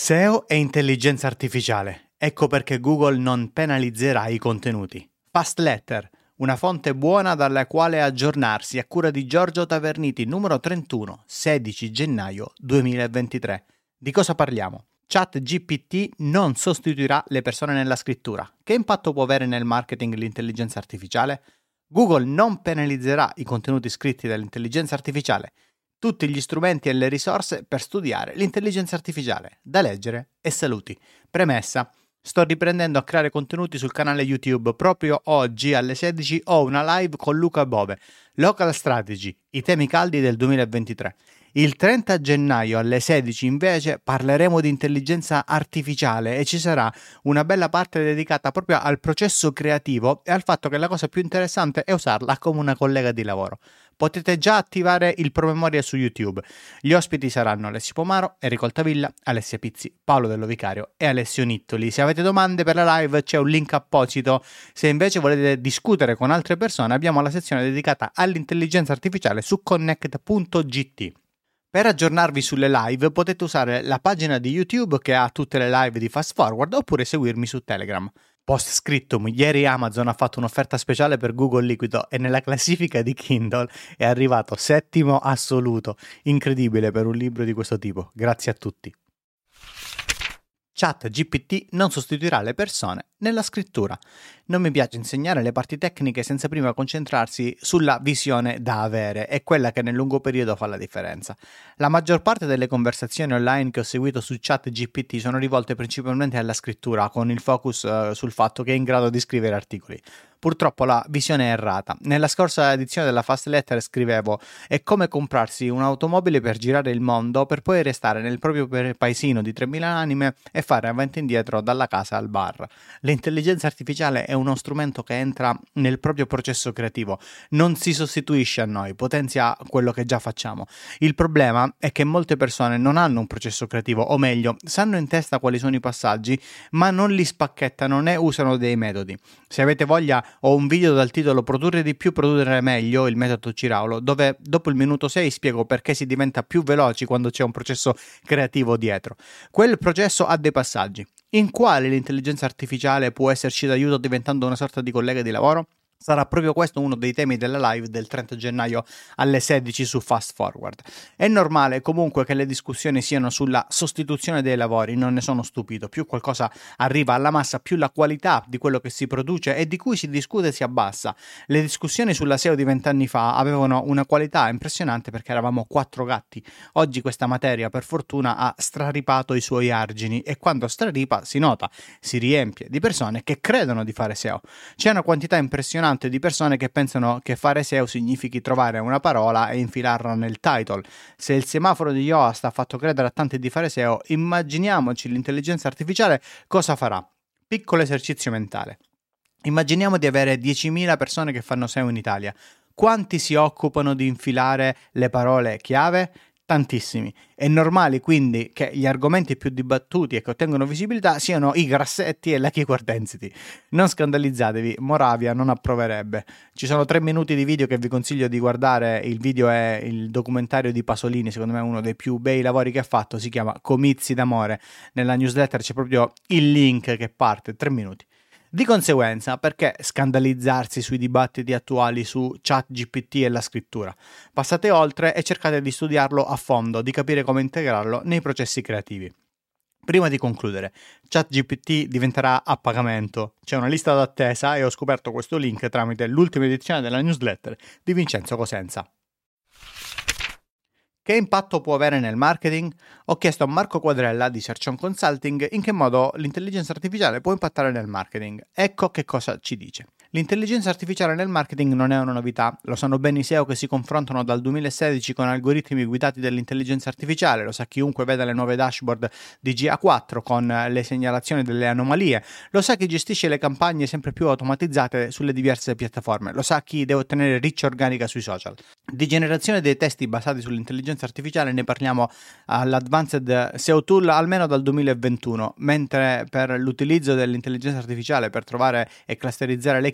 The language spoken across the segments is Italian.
SEO e intelligenza artificiale. Ecco perché Google non penalizzerà i contenuti. Fast Letter, una fonte buona dalla quale aggiornarsi, a cura di Giorgio Taverniti, numero 31, 16 gennaio 2023. Di cosa parliamo? ChatGPT non sostituirà le persone nella scrittura. Che impatto può avere nel marketing l'intelligenza artificiale? Google non penalizzerà i contenuti scritti dall'intelligenza artificiale. Tutti gli strumenti e le risorse per studiare l'intelligenza artificiale, da leggere e saluti. Premessa: sto riprendendo a creare contenuti sul canale YouTube. Proprio oggi alle 16 ho una live con Luca Bove. Local Strategy, i temi caldi del 2023. Il 30 gennaio alle 16 invece parleremo di intelligenza artificiale e ci sarà una bella parte dedicata proprio al processo creativo e al fatto che la cosa più interessante è usarla come una collega di lavoro. Potete già attivare il promemoria su YouTube. Gli ospiti saranno Alessio Pomaro, Enrico Altavilla, Alessia Pizzi, Paolo Dello Vicario e Alessio Nittoli. Se avete domande per la live c'è un link apposito. Se invece volete discutere con altre persone abbiamo la sezione dedicata all'intelligenza artificiale su connect.gt. Per aggiornarvi sulle live potete usare la pagina di YouTube che ha tutte le live di Fast Forward oppure seguirmi su Telegram. Post scriptum, ieri Amazon ha fatto un'offerta speciale per Google Liquido e nella classifica di Kindle è arrivato 7° assoluto. Incredibile per un libro di questo tipo. Grazie a tutti. ChatGPT non sostituirà le persone nella scrittura. Non mi piace insegnare le parti tecniche senza prima concentrarsi sulla visione da avere, è quella che nel lungo periodo fa la differenza. La maggior parte delle conversazioni online che ho seguito su ChatGPT sono rivolte principalmente alla scrittura, con il focus sul fatto che è in grado di scrivere articoli. Purtroppo la visione è errata. Nella scorsa edizione della Fast Letter scrivevo: è come comprarsi un'automobile per girare il mondo per poi restare nel proprio paesino di 3.000 anime e fare avanti e indietro dalla casa al bar. L'intelligenza artificiale è uno strumento che entra nel proprio processo creativo, non si sostituisce a noi, potenzia quello che già facciamo. Il problema è che molte persone non hanno un processo creativo, o meglio, sanno in testa quali sono i passaggi, ma non li spacchettano né usano dei metodi. Se avete voglia, ho un video dal titolo Produrre di più, produrre meglio, il metodo Ciraulo, dove dopo il minuto 6 spiego perché si diventa più veloci quando c'è un processo creativo dietro. Quel processo ha dei passaggi. In quale l'intelligenza artificiale può esserci d'aiuto diventando una sorta di collega di lavoro? Sarà proprio questo uno dei temi della live del 30 gennaio alle 16 su Fast Forward. È normale comunque che le discussioni siano sulla sostituzione dei lavori, non ne sono stupito. Più qualcosa arriva alla massa, più la qualità di quello che si produce e di cui si discute si abbassa. Le discussioni sulla SEO di 20 anni fa avevano una qualità impressionante perché eravamo 4 gatti. Oggi questa materia, per fortuna, ha straripato i suoi argini e quando straripa si nota, si riempie di persone che credono di fare SEO. C'è una quantità impressionante di persone che pensano che fare SEO significhi trovare una parola e infilarla nel title. Se il semaforo di Yoast ha fatto credere a tanti di fare SEO, immaginiamoci l'intelligenza artificiale cosa farà. Piccolo esercizio mentale. Immaginiamo di avere 10.000 persone che fanno SEO in Italia. Quanti si occupano di infilare le parole chiave? Tantissimi. È normale quindi che gli argomenti più dibattuti e che ottengono visibilità siano i grassetti e la keyword density. Non scandalizzatevi, Moravia non approverebbe. Ci sono 3 minuti di video che vi consiglio di guardare. Il video è il documentario di Pasolini, secondo me uno dei più bei lavori che ha fatto, si chiama Comizi d'amore. Nella newsletter c'è proprio il link che parte, 3 minuti. Di conseguenza, perché scandalizzarsi sui dibattiti attuali su ChatGPT e la scrittura? Passate oltre e cercate di studiarlo a fondo, di capire come integrarlo nei processi creativi. Prima di concludere, ChatGPT diventerà a pagamento. C'è una lista d'attesa e ho scoperto questo link tramite l'ultima edizione della newsletter di Vincenzo Cosenza. Che impatto può avere nel marketing? Ho chiesto a Marco Quadrella di Search On Consulting in che modo l'intelligenza artificiale può impattare nel marketing. Ecco che cosa ci dice. L'intelligenza artificiale nel marketing non è una novità, lo sanno bene i SEO che si confrontano dal 2016 con algoritmi guidati dall'intelligenza artificiale, lo sa chiunque veda le nuove dashboard di GA4 con le segnalazioni delle anomalie, lo sa chi gestisce le campagne sempre più automatizzate sulle diverse piattaforme, lo sa chi deve ottenere reach organica sui social. Di generazione dei testi basati sull'intelligenza artificiale ne parliamo all'Advanced SEO Tool almeno dal 2021, mentre per l'utilizzo dell'intelligenza artificiale per trovare e clusterizzare le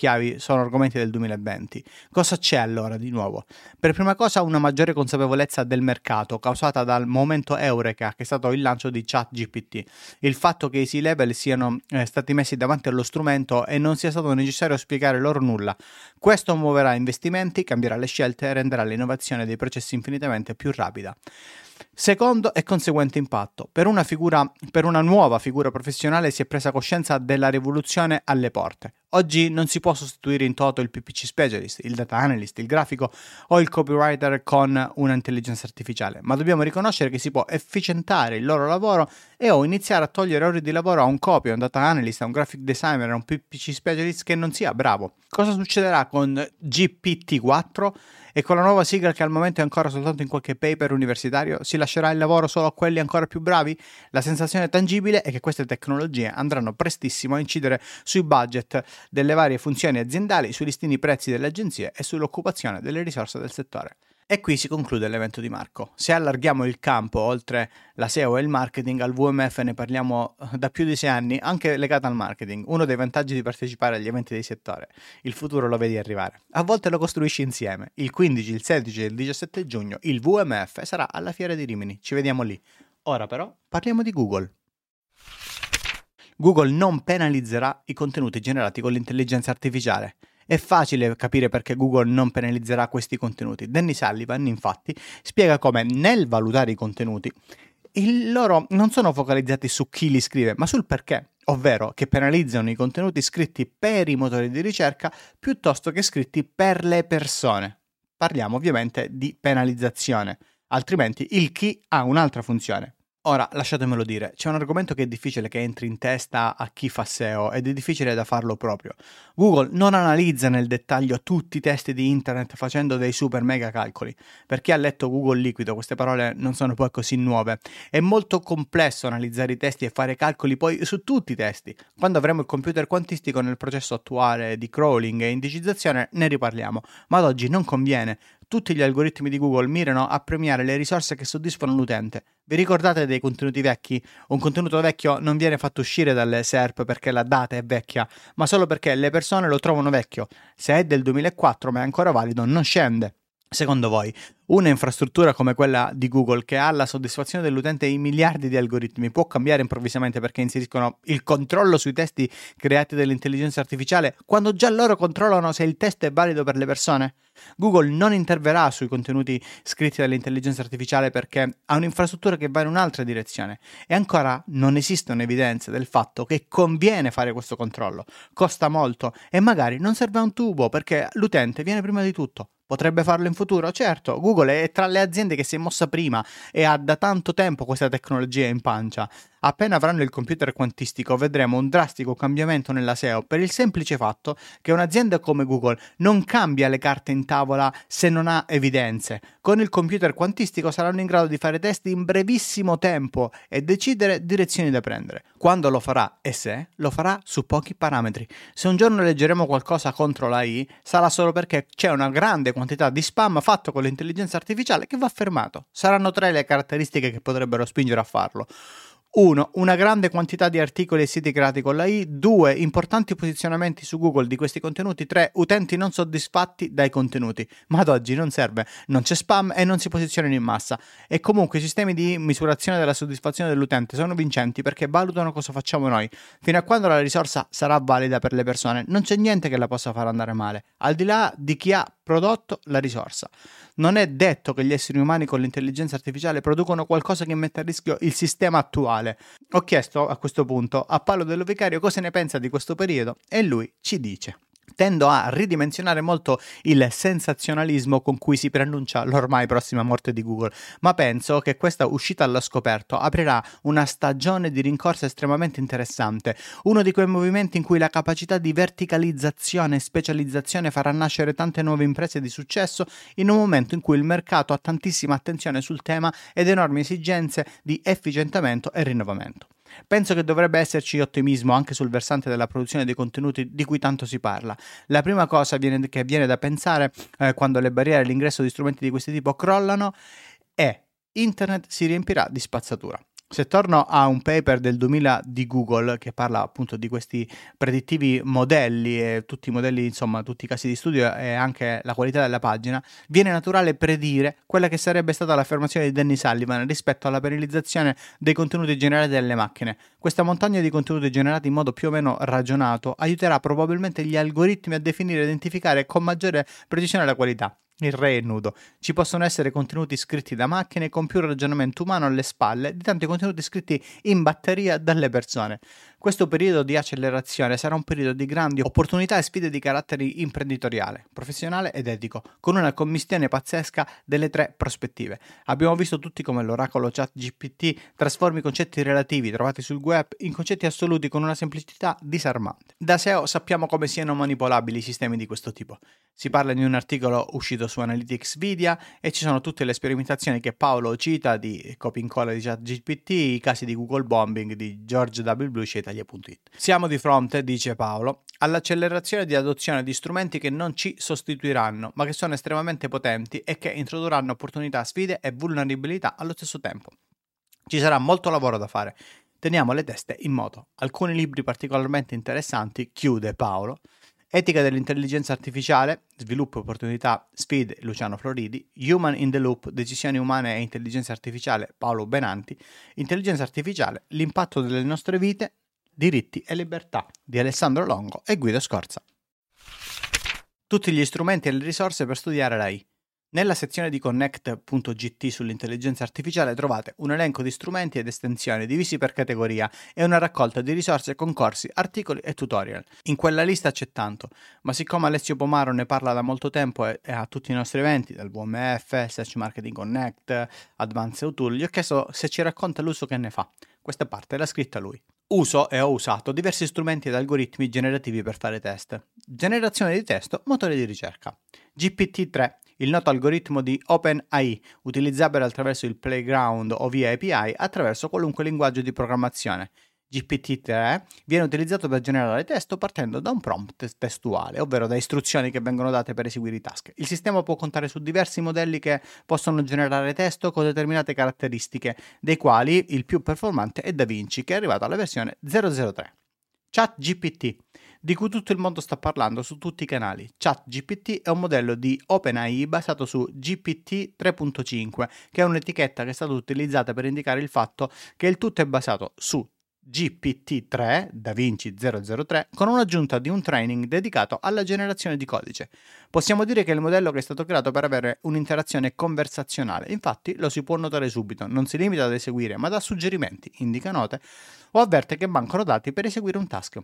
chiavi sono argomenti del 2020. Cosa c'è allora di nuovo? Per prima cosa una maggiore consapevolezza del mercato causata dal momento eureka che è stato il lancio di ChatGPT. Il fatto che i C-level siano stati messi davanti allo strumento e non sia stato necessario spiegare loro nulla. Questo muoverà investimenti, cambierà le scelte e renderà l'innovazione dei processi infinitamente più rapida. Secondo e conseguente impatto. Per una nuova figura professionale si è presa coscienza della rivoluzione alle porte. Oggi non si può sostituire in toto il PPC specialist, il data analyst, il grafico o il copywriter con un'intelligenza artificiale, ma dobbiamo riconoscere che si può efficientare il loro lavoro e o iniziare a togliere ore di lavoro a un copy, a un data analyst, a un graphic designer, a un PPC specialist che non sia bravo. Cosa succederà con GPT-4? E con la nuova sigla che al momento è ancora soltanto in qualche paper universitario, si lascerà il lavoro solo a quelli ancora più bravi? La sensazione tangibile è che queste tecnologie andranno prestissimo a incidere sui budget delle varie funzioni aziendali, sui listini prezzi delle agenzie e sull'occupazione delle risorse del settore. E qui si conclude l'evento di Marco. Se allarghiamo il campo oltre la SEO e il marketing, al VMF ne parliamo da più di 6 anni, anche legato al marketing, uno dei vantaggi di partecipare agli eventi di settore. Il futuro lo vedi arrivare. A volte lo costruisci insieme. Il 15, il 16 e il 17 giugno il VMF sarà alla Fiera di Rimini. Ci vediamo lì. Ora però parliamo di Google. Google non penalizzerà i contenuti generati con l'intelligenza artificiale. È facile capire perché Google non penalizzerà questi contenuti. Danny Sullivan, infatti, spiega come nel valutare i contenuti, loro non sono focalizzati su chi li scrive, ma sul perché, ovvero che penalizzano i contenuti scritti per i motori di ricerca piuttosto che scritti per le persone. Parliamo ovviamente di penalizzazione, altrimenti il chi ha un'altra funzione. Ora, lasciatemelo dire, c'è un argomento che è difficile che entri in testa a chi fa SEO ed è difficile da farlo proprio. Google non analizza nel dettaglio tutti i testi di internet facendo dei super mega calcoli. Per chi ha letto Google Liquido, queste parole non sono poi così nuove. È molto complesso analizzare i testi e fare calcoli poi su tutti i testi. Quando avremo il computer quantistico nel processo attuale di crawling e indicizzazione ne riparliamo, ma ad oggi non conviene. Tutti gli algoritmi di Google mirano a premiare le risorse che soddisfano l'utente. Vi ricordate dei contenuti vecchi? Un contenuto vecchio non viene fatto uscire dalle SERP perché la data è vecchia, ma solo perché le persone lo trovano vecchio. Se è del 2004 ma è ancora valido, non scende. Secondo voi, una infrastruttura come quella di Google, che ha la soddisfazione dell'utente e i miliardi di algoritmi, può cambiare improvvisamente perché inseriscono il controllo sui testi creati dall'intelligenza artificiale, quando già loro controllano se il testo è valido per le persone? Google non interverrà sui contenuti scritti dall'intelligenza artificiale perché ha un'infrastruttura che va in un'altra direzione e ancora non esistono evidenze del fatto che conviene fare questo controllo. Costa molto e magari non serve a un tubo perché l'utente viene prima di tutto. Potrebbe farlo in futuro? Certo, Google è tra le aziende che si è mossa prima e ha da tanto tempo questa tecnologia in pancia. Appena avranno il computer quantistico vedremo un drastico cambiamento nella SEO per il semplice fatto che un'azienda come Google non cambia le carte in tavola se non ha evidenze. Con il computer quantistico saranno in grado di fare test in brevissimo tempo e decidere direzioni da prendere. Quando lo farà e se, lo farà su pochi parametri. Se un giorno leggeremo qualcosa contro l'AI sarà solo perché c'è una grande quantità di spam fatto con l'intelligenza artificiale che va fermato. Saranno 3 le caratteristiche che potrebbero spingere a farlo. 1. Una grande quantità di articoli e siti creati con l'AI. 2. Importanti posizionamenti su Google di questi contenuti. 3. Utenti non soddisfatti dai contenuti. Ma ad oggi non serve, non c'è spam e non si posizionano in massa. E comunque i sistemi di misurazione della soddisfazione dell'utente sono vincenti perché valutano cosa facciamo noi. Fino a quando la risorsa sarà valida per le persone, non c'è niente che la possa far andare male, al di là di chi ha prodotto la risorsa. Non è detto che gli esseri umani con l'intelligenza artificiale producono qualcosa che mette a rischio il sistema attuale. Ho chiesto a questo punto a Paolo Dello Vicario cosa ne pensa di questo periodo e lui ci dice: tendo a ridimensionare molto il sensazionalismo con cui si preannuncia l'ormai prossima morte di Google, ma penso che questa uscita allo scoperto aprirà una stagione di rincorsa estremamente interessante, uno di quei movimenti in cui la capacità di verticalizzazione e specializzazione farà nascere tante nuove imprese di successo in un momento in cui il mercato ha tantissima attenzione sul tema ed enormi esigenze di efficientamento e rinnovamento. Penso che dovrebbe esserci ottimismo anche sul versante della produzione dei contenuti di cui tanto si parla. La prima cosa che viene da pensare quando le barriere all'ingresso di strumenti di questo tipo crollano è: internet si riempirà di spazzatura. Se torno a un paper del 2000 di Google che parla appunto di questi predittivi modelli e tutti i modelli, insomma, tutti i casi di studio e anche la qualità della pagina, viene naturale predire quella che sarebbe stata l'affermazione di Danny Sullivan rispetto alla penalizzazione dei contenuti generati dalle macchine. Questa montagna di contenuti generati in modo più o meno ragionato aiuterà probabilmente gli algoritmi a definire e identificare con maggiore precisione la qualità. Il re è nudo. Ci possono essere contenuti scritti da macchine con più ragionamento umano alle spalle di tanti contenuti scritti in batteria dalle persone. Questo periodo di accelerazione sarà un periodo di grandi opportunità e sfide di carattere imprenditoriale, professionale ed etico, con una commistione pazzesca delle tre prospettive. Abbiamo visto tutti come l'oracolo ChatGPT trasformi i concetti relativi trovati sul web in concetti assoluti con una semplicità disarmante. Da SEO sappiamo come siano manipolabili i sistemi di questo tipo. Si parla di un articolo uscito su Analytics Media e ci sono tutte le sperimentazioni che Paolo cita di copia e incolla di ChatGPT, i casi di Google bombing di George W. Bush e Italia.it. Siamo di fronte, dice Paolo, all'accelerazione di adozione di strumenti che non ci sostituiranno, ma che sono estremamente potenti e che introdurranno opportunità, sfide e vulnerabilità allo stesso tempo. Ci sarà molto lavoro da fare. Teniamo le teste in moto. Alcuni libri particolarmente interessanti, chiude Paolo. Etica dell'intelligenza artificiale, sviluppo e opportunità, sfide, Luciano Floridi, Human in the Loop, decisioni umane e intelligenza artificiale, Paolo Benanti, intelligenza artificiale, l'impatto delle nostre vite, diritti e libertà, di Alessandro Longo e Guido Scorza. Tutti gli strumenti e le risorse per studiare l'AI. Nella sezione di connect.gt sull'intelligenza artificiale trovate un elenco di strumenti ed estensioni divisi per categoria e una raccolta di risorse, concorsi, articoli e tutorial. In quella lista c'è tanto, ma siccome Alessio Pomaro ne parla da molto tempo e a tutti i nostri eventi, dal WMF, Search Marketing Connect, Advanced Tool, gli ho chiesto se ci racconta l'uso che ne fa. Questa parte l'ha scritta lui. Uso e ho usato diversi strumenti ed algoritmi generativi per fare test. Generazione di testo, motore di ricerca. GPT-3, il noto algoritmo di OpenAI, utilizzabile attraverso il Playground o via API attraverso qualunque linguaggio di programmazione. GPT-3 viene utilizzato per generare testo partendo da un prompt testuale, ovvero da istruzioni che vengono date per eseguire i task. Il sistema può contare su diversi modelli che possono generare testo con determinate caratteristiche, dei quali il più performante è DaVinci, che è arrivato alla versione 003. ChatGPT, di cui tutto il mondo sta parlando su tutti i canali. ChatGPT è un modello di OpenAI basato su GPT 3.5, che è un'etichetta che è stata utilizzata per indicare il fatto che il tutto è basato su GPT-3, DaVinci 003, con un'aggiunta di un training dedicato alla generazione di codice. Possiamo dire che è il modello che è stato creato per avere un'interazione conversazionale, infatti lo si può notare subito, non si limita ad eseguire, ma dà suggerimenti, indica note o avverte che mancano dati per eseguire un task.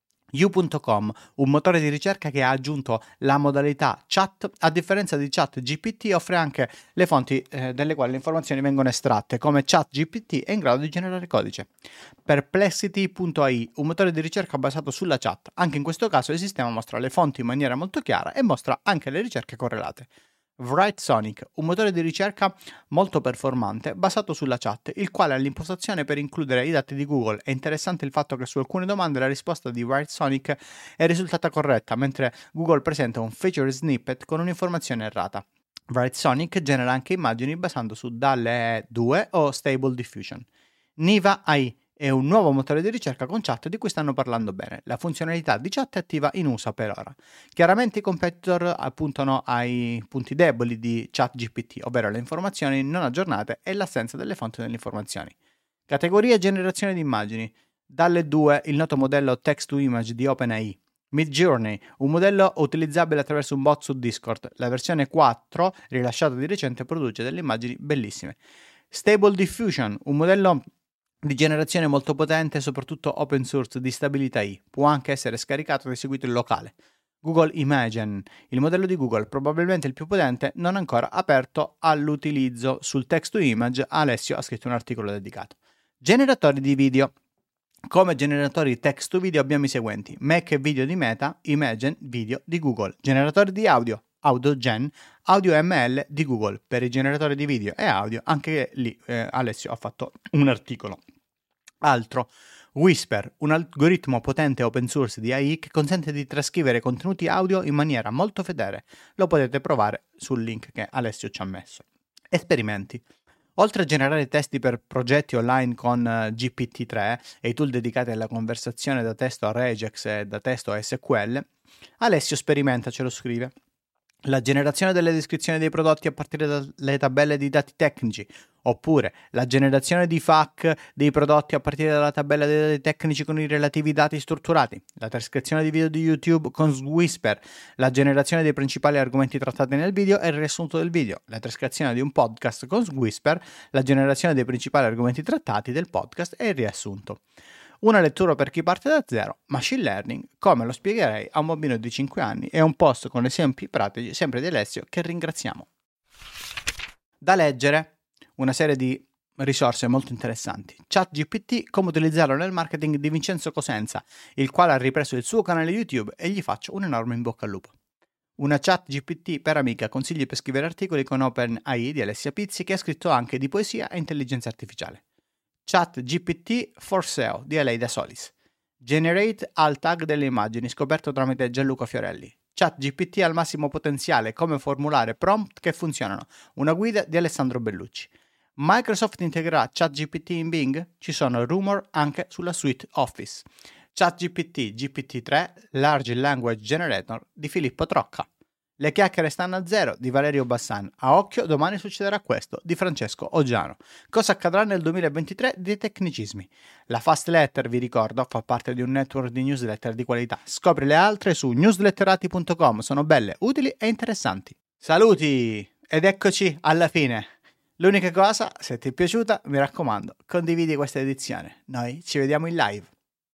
You.com, un motore di ricerca che ha aggiunto la modalità chat, a differenza di ChatGPT offre anche le fonti dalle quali le informazioni vengono estratte, come ChatGPT è in grado di generare codice. Perplexity.ai, un motore di ricerca basato sulla chat, anche in questo caso il sistema mostra le fonti in maniera molto chiara e mostra anche le ricerche correlate. Writesonic, un motore di ricerca molto performante basato sulla chat, il quale ha l'impostazione per includere i dati di Google. È interessante il fatto che su alcune domande la risposta di Writesonic è risultata corretta, mentre Google presenta un feature snippet con un'informazione errata. Writesonic genera anche immagini basando su DALL-E 2 o Stable Diffusion. Niva AI è un nuovo motore di ricerca con chat di cui stanno parlando bene. La funzionalità di chat è attiva in USA per ora. Chiaramente i competitor appuntano ai punti deboli di ChatGPT, ovvero le informazioni non aggiornate e l'assenza delle fonti delle informazioni. Categoria generazione di immagini. Dalle 2 il noto modello text to image di OpenAI. Midjourney, un modello utilizzabile attraverso un bot su Discord. La versione 4, rilasciata di recente, produce delle immagini bellissime. Stable Diffusion, un modello di generazione molto potente, soprattutto open source di Stability AI, può anche essere scaricato ed eseguito in locale. Google Imagen, il modello di Google, probabilmente il più potente, non ancora aperto all'utilizzo. Sul text to image Alessio ha scritto un articolo dedicato. Generatori di video. Come generatori text to video abbiamo i seguenti: Mac Video di Meta, Imagen Video di Google. Generatori di audio, AudioGen, AudioML di Google. Per i generatori di video e audio, anche lì Alessio ha fatto un articolo. Altro, Whisper, un algoritmo potente open source di AI che consente di trascrivere contenuti audio in maniera molto fedele. Lo potete provare sul link che Alessio ci ha messo. Esperimenti. Oltre a generare testi per progetti online con GPT-3 e i tool dedicati alla conversazione da testo a regex e da testo a SQL, Alessio sperimenta, ce lo scrive, la generazione delle descrizioni dei prodotti a partire dalle tabelle di dati tecnici, oppure la generazione di FAQ dei prodotti a partire dalla tabella dei dati tecnici con i relativi dati strutturati, la trascrizione di video di YouTube con Whisper, la generazione dei principali argomenti trattati nel video e il riassunto del video, la trascrizione di un podcast con Whisper, la generazione dei principali argomenti trattati del podcast e il riassunto. Una lettura per chi parte da zero, machine learning, come lo spiegherei a un bambino di 5 anni, e un post con esempi pratici sempre di Alessio che ringraziamo. Da leggere, una serie di risorse molto interessanti. ChatGPT, come utilizzarlo nel marketing di Vincenzo Cosenza, il quale ha ripreso il suo canale YouTube e gli faccio un enorme in bocca al lupo. Una ChatGPT per amica, consigli per scrivere articoli con OpenAI di Alessia Pizzi, che ha scritto anche di poesia e intelligenza artificiale. ChatGPT for SEO di Aleida Solis. Generate alt tag delle immagini, scoperto tramite Gianluca Fiorelli. ChatGPT al massimo potenziale, come formulare prompt che funzionano. Una guida di Alessandro Bellucci. Microsoft integrerà ChatGPT in Bing? Ci sono rumor anche sulla suite Office. ChatGPT GPT-3 Large Language Generator di Filippo Trocca. Le chiacchiere stanno a zero di Valerio Bassan. A occhio, domani succederà questo di Francesco Oggiano. Cosa accadrà nel 2023 di tecnicismi? La Fast Letter, vi ricordo, fa parte di un network di newsletter di qualità. Scopri le altre su newsletterati.com, sono belle, utili e interessanti. Saluti! Ed eccoci alla fine. L'unica cosa, se ti è piaciuta, mi raccomando, condividi questa edizione. Noi ci vediamo in live.